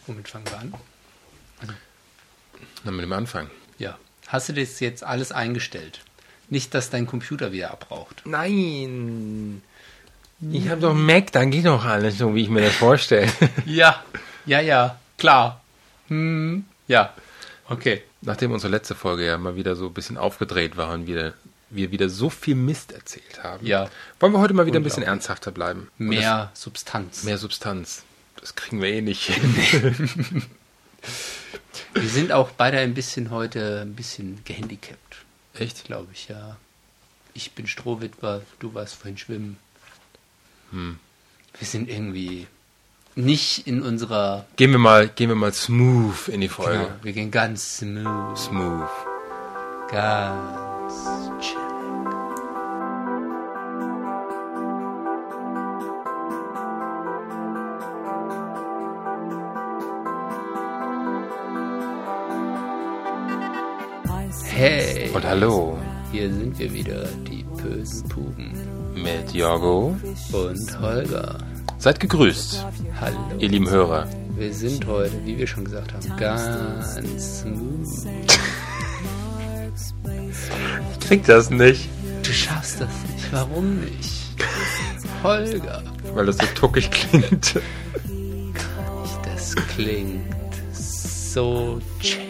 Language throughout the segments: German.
Womit fangen wir an? Na, mit dem Anfang. Ja. Hast du das jetzt alles eingestellt? Nicht, dass dein Computer wieder abbraucht. Nein. Ich habe doch einen Mac, dann geht doch alles so, wie ich mir das vorstelle. Ja, klar. Ja, okay. Nachdem unsere letzte Folge ja mal wieder so ein bisschen aufgedreht war und wir wieder so viel Mist erzählt haben, wollen wir heute mal wieder ein bisschen ernsthafter bleiben. Mehr Substanz. Mehr Substanz. Das kriegen wir eh nicht hin. Wir sind auch beide heute ein bisschen gehandicapt. Echt? Glaube ich, ja. Ich bin Strohwitwer, du warst vorhin schwimmen. Wir sind irgendwie nicht in unserer... Gehen wir mal smooth in die Folge. Genau, wir gehen ganz smooth. Ganz chill. Hey! Und hallo! Hier sind wir wieder, die bösen Puben. Mit Jorgo und Holger. Seid gegrüßt, hallo, ihr lieben Hörer. Wir sind heute, wie wir schon gesagt haben, ganz smooth. Ich krieg das nicht. Du schaffst das nicht. Warum nicht? Holger. Weil das so tuckig klingt. Das klingt so chillig.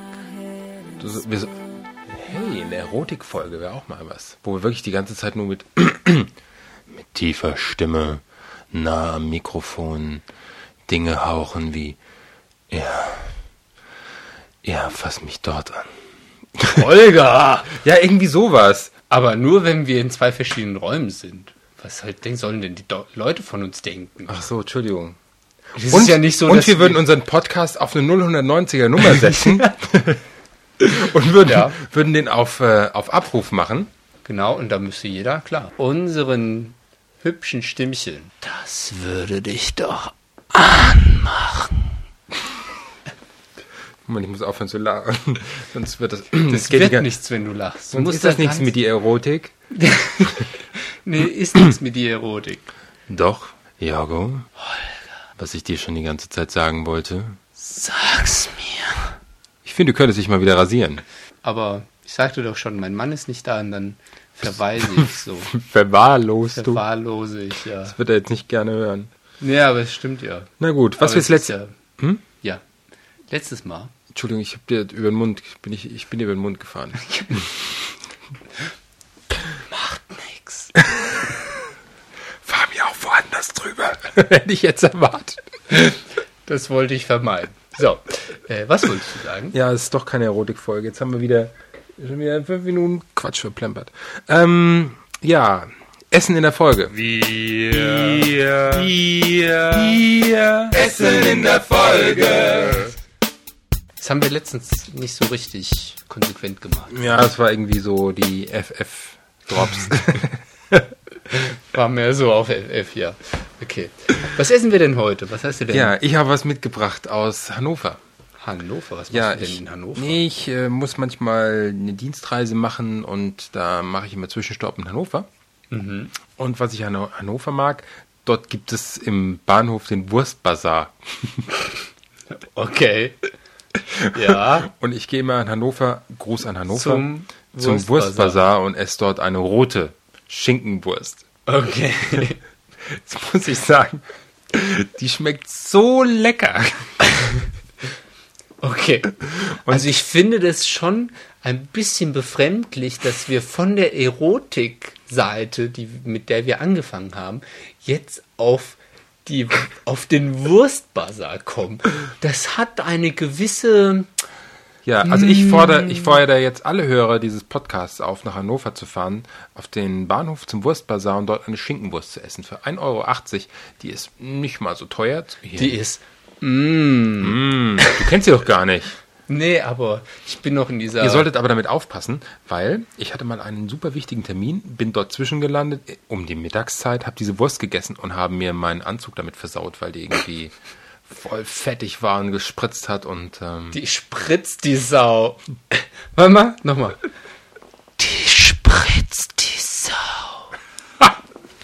Hey, eine Erotikfolge wäre auch mal was. Wo wir wirklich die ganze Zeit nur mit tiefer Stimme, nah am Mikrofon, Dinge hauchen wie, ja, fass mich dort an. Holger! Ja, irgendwie sowas. Aber nur, wenn wir in 2 verschiedenen Räumen sind. Was sollen denn die Leute von uns denken? Ach so, Entschuldigung. Das ist ja nicht so, und wir würden unseren Podcast auf eine 090er Nummer setzen. Und würden den auf Abruf machen. Genau, und da müsste jeder, klar, unseren hübschen Stimmchen, das würde dich doch anmachen. Moment, ich muss aufhören zu lachen. Sonst wird das... Das wird nichts, wenn du lachst. Sonst ist das nichts mit die Erotik. Nee, ist nichts mit die Erotik. Doch, Jorgo. Holger. Was ich dir schon die ganze Zeit sagen wollte. Sag's mir. Ich finde, du könntest dich mal wieder rasieren. Aber ich sagte doch schon, mein Mann ist nicht da und dann verweise ich so. Verwahrlose ich, ja. Das wird er jetzt nicht gerne hören. Nee, aber es stimmt ja. Na gut, was wir das letzte... Ja, letztes Mal. Entschuldigung, ich habe dir über den Mund... Ich bin dir über den Mund gefahren. Macht nix. Fahr mir auch woanders drüber. Hätte ich jetzt erwartet. Das wollte ich vermeiden. So, was wolltest du sagen? Ja, es ist doch keine Erotikfolge. Jetzt haben wir schon wieder 5 Minuten Quatsch verplempert. Ja, Essen in der Folge. Wir Essen in der Folge. Das haben wir letztens nicht so richtig konsequent gemacht. Ja, das war irgendwie so die FF-Drops. War mehr so auf FF, ja. Okay. Was essen wir denn heute? Was hast du denn? Ja, ich habe was mitgebracht aus Hannover. Hannover? Was machst du denn in Hannover? Nee, ich muss manchmal eine Dienstreise machen und da mache ich immer Zwischenstopp in Hannover. Mhm. Und was ich an Hannover mag, dort gibt es im Bahnhof den Wurstbazar. Okay. Ja. Und ich gehe mal in Hannover, Gruß an Hannover, zum Wurstbazar und esse dort eine rote Schinkenwurst. Okay. Jetzt muss ich sagen, die schmeckt so lecker. Okay. Also ich finde das schon ein bisschen befremdlich, dass wir von der Erotikseite, mit der wir angefangen haben, jetzt auf den Wurstbazar kommen. Das hat eine gewisse... Ja, also ich fordere jetzt alle Hörer dieses Podcasts auf, nach Hannover zu fahren, auf den Bahnhof zum Wurstbazar und dort eine Schinkenwurst zu essen für 1,80 Euro. Die ist nicht mal so teuer. Hier. Die ist... Du kennst sie doch gar nicht. Nee, aber ich bin noch in dieser... Ihr solltet aber damit aufpassen, weil ich hatte mal einen super wichtigen Termin, bin dort zwischengelandet um die Mittagszeit, habe diese Wurst gegessen und haben mir meinen Anzug damit versaut, weil die irgendwie voll fettig war und gespritzt hat und... Die spritzt die Sau. Warte mal, nochmal. Die spritzt die Sau.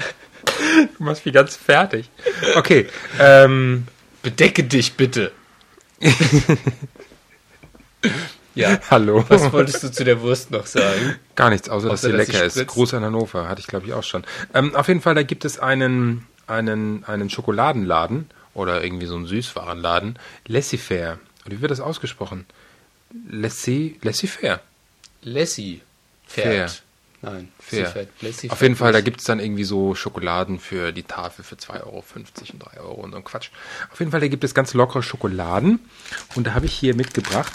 Du machst mich ganz fertig. Okay, bedecke dich bitte. Ja. Hallo. Was wolltest du zu der Wurst noch sagen? Gar nichts, außer dass sie dass sie lecker ist. spritzt. Gruß an Hannover, hatte ich glaube ich auch schon. Auf jeden Fall, da gibt es einen Schokoladenladen oder irgendwie so einen Süßwarenladen. Laissez-faire. Und wie wird das ausgesprochen? Laissez-faire. Lassie. Fair. Pferd. Nein. Fair. sie fährt. Lassie Auf fährt jeden Fall, da nicht. gibt es dann irgendwie so Schokoladen für die Tafel für 2,50 Euro und 3 Euro und so ein Quatsch. Auf jeden Fall, da gibt es ganz lockere Schokoladen. Und da habe ich hier mitgebracht.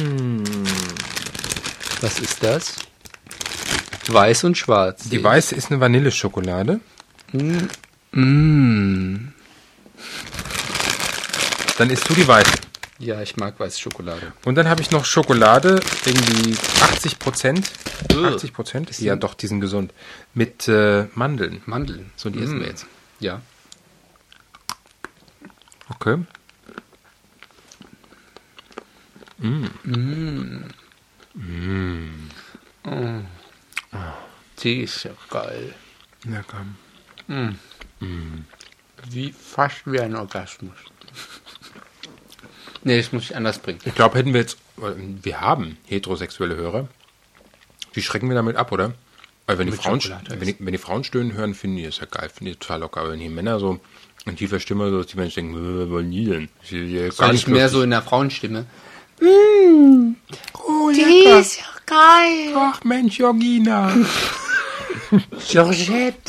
Was ist das? Weiß und schwarz. Die weiße ist eine Vanilleschokolade. Dann isst du die weiße. Ja, ich mag weiße Schokolade. Und dann habe ich noch Schokolade, irgendwie 80%. 80%? Ja, doch, die sind gesund. Mit Mandeln. Mandeln. So, die essen wir jetzt. Ja. Okay. Die ist ja geil. Lecker. Fast wie ein Orgasmus. Nee, das muss ich anders bringen. Ich glaube, hätten wir jetzt, wir haben heterosexuelle Hörer, die schrecken wir damit ab, oder? Weil wenn die, Mit Frauen, Schokolade wenn die Frauen stöhnen hören, finden die das ja geil, finden die total locker. Aber wenn die Männer so in tiefer Stimme, so, dass die Menschen denken, was wollen die denn? Soll ich mehr so in der Frauenstimme? Oh, Die ist ja geil. Ach Mensch, Georgina. Georgette.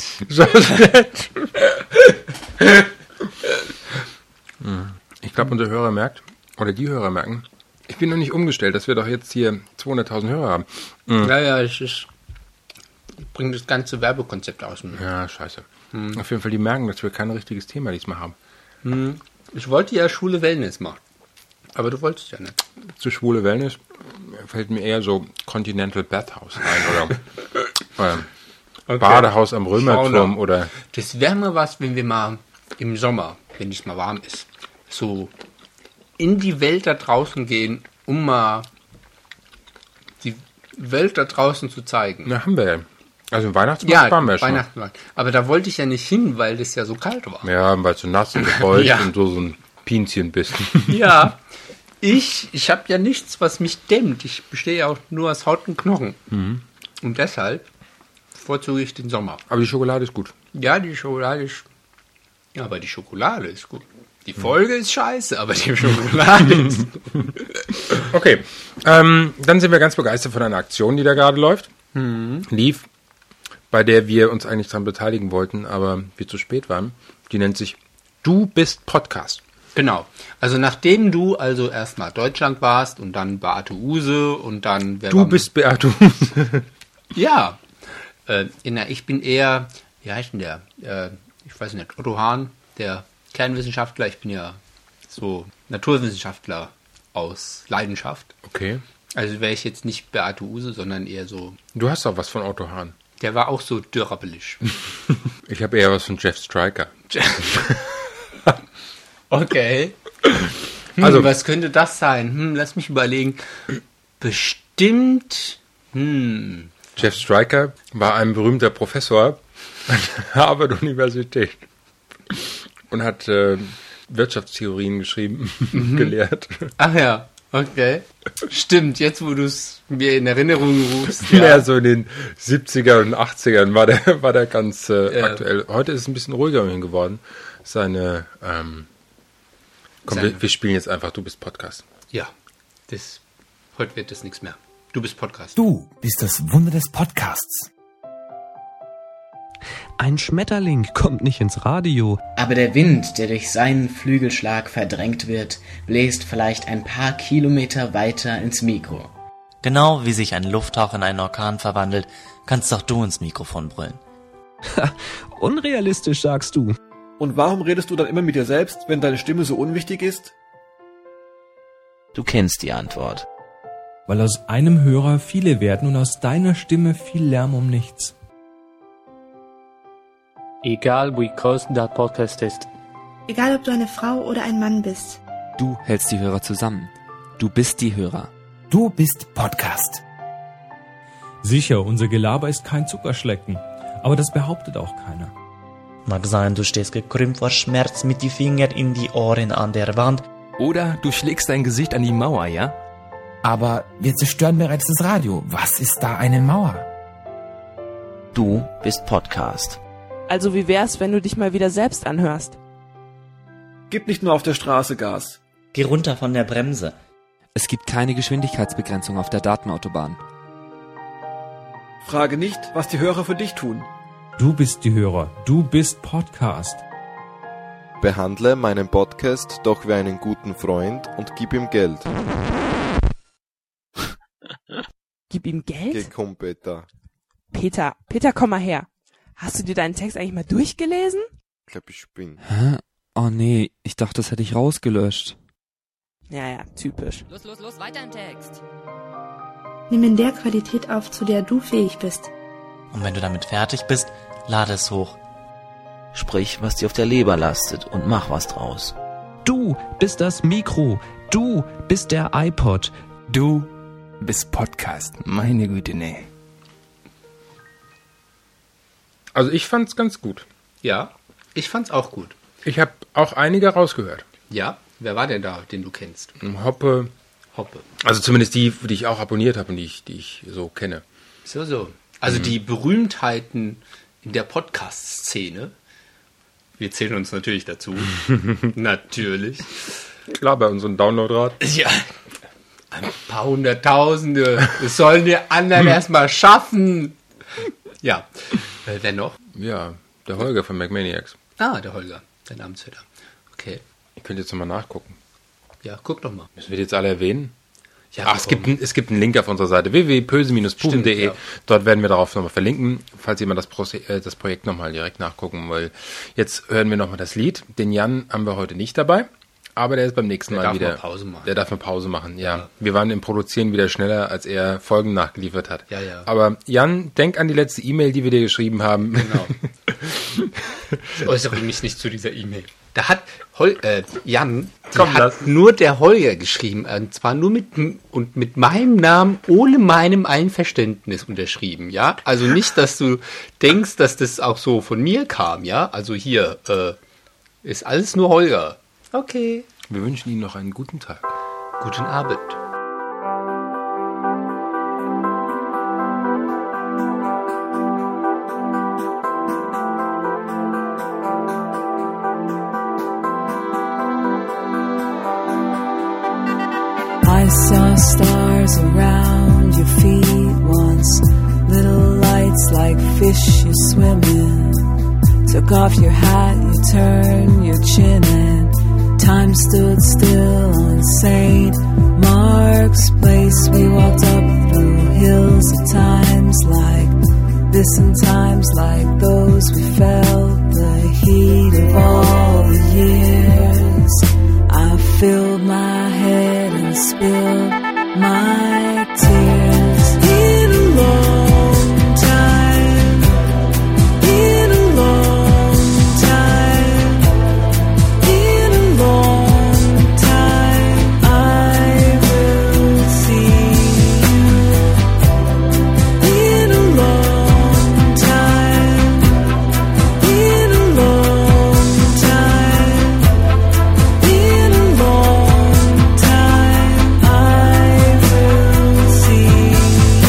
Ich glaube, unser Hörer merkt, oder die Hörer merken, ich bin noch nicht umgestellt, dass wir doch jetzt hier 200.000 Hörer haben. Ja, ich bringe das ganze Werbekonzept aus. Ja, scheiße. Auf jeden Fall, die merken, dass wir kein richtiges Thema diesmal haben. Ich wollte ja schwule Wellness machen. Aber du wolltest ja nicht. Zu schwule Wellness fällt mir eher so Continental Bathhouse ein oder Badehaus am Römerturm Sauna. oder Das wäre mal was, wenn wir mal im Sommer, wenn es mal warm ist, so in die Welt da draußen gehen, um mal die Welt da draußen zu zeigen. na, haben wir ja. Also im Weihnachtsmarkt waren wir ja schon. Weihnachtsmarkt. Aber da wollte ich ja nicht hin, weil das ja so kalt war. Ja, weil du so nass und gefeucht Ja. und so ein Pinchen bist. Ja, ich habe ja nichts, was mich dämmt. Ich bestehe ja auch nur aus Haut und Knochen. Und deshalb bevorzuge ich den Sommer. Aber die Schokolade ist gut. Ja, die Schokolade ist... Ja, aber die Schokolade ist gut. Die Folge ist scheiße, aber die Schokolade ist gut. Okay, dann sind wir ganz begeistert von einer Aktion, die da gerade läuft. Lief, bei der wir uns eigentlich daran beteiligen wollten, aber wir zu spät waren. Die nennt sich Du bist Podcast. Genau. Also nachdem du also erstmal Deutschland warst und dann Beate Uhse und dann... Du bist Beate. Ja. Ich bin eher... Wie heißt denn der? Ich weiß nicht. Otto Hahn, der Kernwissenschaftler. Ich bin ja so Naturwissenschaftler aus Leidenschaft. Okay. Also wäre ich jetzt nicht Beate Uhse, sondern eher so... Du hast auch was von Otto Hahn. Der war auch so dürrabelig. Ich habe eher was von Jeff Stryker. Okay. Also- Was könnte das sein? Lass mich überlegen. Bestimmt... Jeff Stryker war ein berühmter Professor an der Harvard-Universität und hat Wirtschaftstheorien geschrieben, gelehrt. Ach ja, okay. Stimmt, jetzt wo du es mir in Erinnerung rufst. Mehr so in den 70er und 80ern war der ganz aktuell. Heute ist es ein bisschen ruhiger um ihn geworden. Wir spielen jetzt einfach Du bist Podcast. Ja, heute wird das nichts mehr. Du bist Podcast. Du bist das Wunder des Podcasts. Ein Schmetterling kommt nicht ins Radio. Aber der Wind, der durch seinen Flügelschlag verdrängt wird, bläst vielleicht ein paar Kilometer weiter ins Mikro. Genau wie sich ein Lufthauch in einen Orkan verwandelt, kannst auch du ins Mikrofon brüllen. Unrealistisch, sagst du. Und warum redest du dann immer mit dir selbst, wenn deine Stimme so unwichtig ist? Du kennst die Antwort. Weil aus einem Hörer viele werden und aus deiner Stimme viel Lärm um nichts. Egal wie groß der Podcast ist. Egal, ob du eine Frau oder ein Mann bist. Du hältst die Hörer zusammen. Du bist die Hörer. Du bist Podcast. Sicher, unser Gelaber ist kein Zuckerschlecken. Aber das behauptet auch keiner. Mag sein, du stehst gekrümmt vor Schmerz mit die Finger in die Ohren an der Wand Oder du schlägst dein Gesicht an die Mauer, ja? Aber wir zerstören bereits das Radio. Was ist da eine Mauer? Du bist Podcast. Also wie wär's, wenn du dich mal wieder selbst anhörst? Gib nicht nur auf der Straße Gas. Geh runter von der Bremse. Es gibt keine Geschwindigkeitsbegrenzung auf der Datenautobahn. Frage nicht, was die Hörer für dich tun. Du bist die Hörer. Du bist Podcast. Behandle meinen Podcast doch wie einen guten Freund und gib ihm Geld. Gib ihm Geld? Geh, komm, Peter. Peter, komm mal her. Hast du dir deinen Text eigentlich mal durchgelesen? Ich glaube, ich bin. Hä? Oh nee, ich dachte, das hätte ich rausgelöscht. Ja, typisch. Los, weiter im Text. Nimm in der Qualität auf, zu der du fähig bist. Und wenn du damit fertig bist, lade es hoch. Sprich, was dir auf der Leber lastet und mach was draus. Du bist das Mikro. Du bist der iPod. Du bist Podcast. Meine Güte, nee. Also ich fand's ganz gut. Ja, ich fand's auch gut. Ich habe auch einige rausgehört. Ja, wer war denn da, den du kennst? Hoppe. Also zumindest die ich auch abonniert habe und die ich so kenne. So. Also die Berühmtheiten in der Podcast-Szene. Wir zählen uns natürlich dazu. Natürlich. Klar, bei unserem Downloadrad. Ja, ein paar Hunderttausende. Das sollen die anderen erstmal schaffen. Ja, wer noch? Ja, der Holger von MacManiacs. Ah, der Holger, der Namensvetter. Okay. Ich könnte jetzt nochmal nachgucken. Ja, guck doch mal. Müssen wir die jetzt alle erwähnen? Ja, es gibt einen Link auf unserer Seite www.pöse-puben.de. Ja. Dort werden wir darauf nochmal verlinken, falls jemand das Projekt nochmal direkt nachgucken will. Jetzt hören wir nochmal das Lied. Den Jan haben wir heute nicht dabei, aber der ist beim nächsten Mal wieder. Der darf eine Pause machen, ja. Wir waren im Produzieren wieder schneller, als er Folgen nachgeliefert hat. Ja. Aber Jan, denk an die letzte E-Mail, die wir dir geschrieben haben. Genau. Ich äußere mich nicht zu dieser E-Mail. Da hat Jan nur der Holger geschrieben, und zwar nur mit meinem Namen ohne meinem Einverständnis unterschrieben, ja? Also nicht, dass du denkst, dass das auch so von mir kam, ja? Also hier ist alles nur Holger. Okay. Wir wünschen Ihnen noch einen guten Tag. Guten Abend. I saw stars around your feet once, little lights like fish you swim in. Took off your hat, you turned your chin and time stood still on St. Mark's Place. We walked up through hills of times like this and times like those. We felt the heat of all the years. I filled my head and spilled my tears. In a long time, in a long time, in a long time, I will see you. In a long time, in a long time, in a long time, I will see you.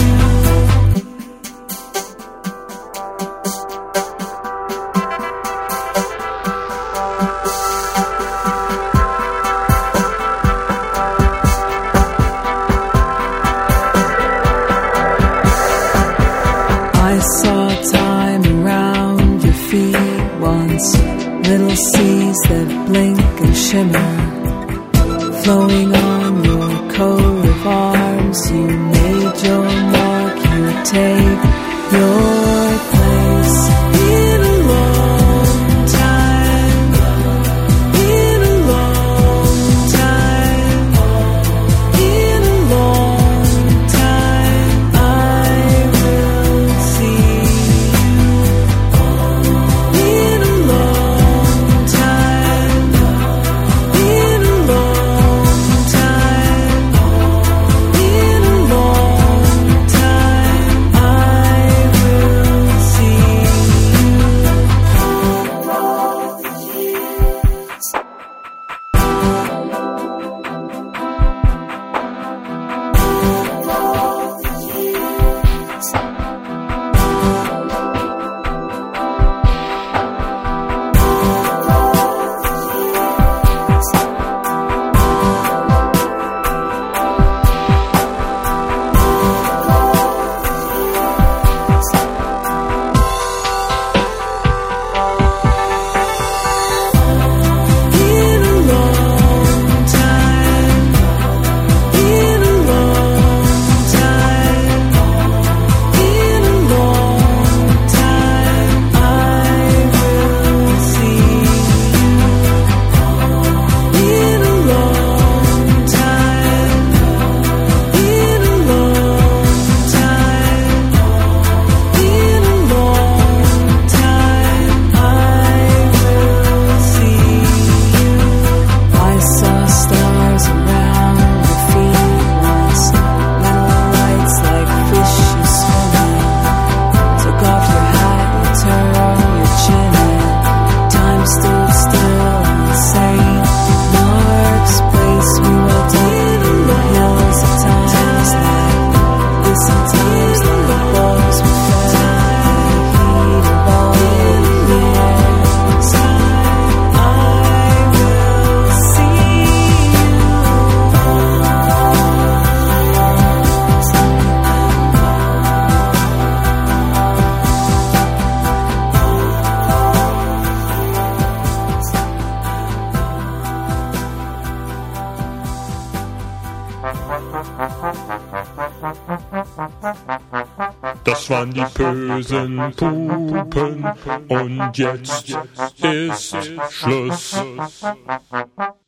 I saw time around your feet once, little seas that blink and shimmer, flowing on your coat of arms. You made your mark, you take your place. In a long time, in a long time, in a long time, I will see you. In a long time, in a long time, in a long time, I will see you. Das waren die bösen Pupen und jetzt ist Schluss.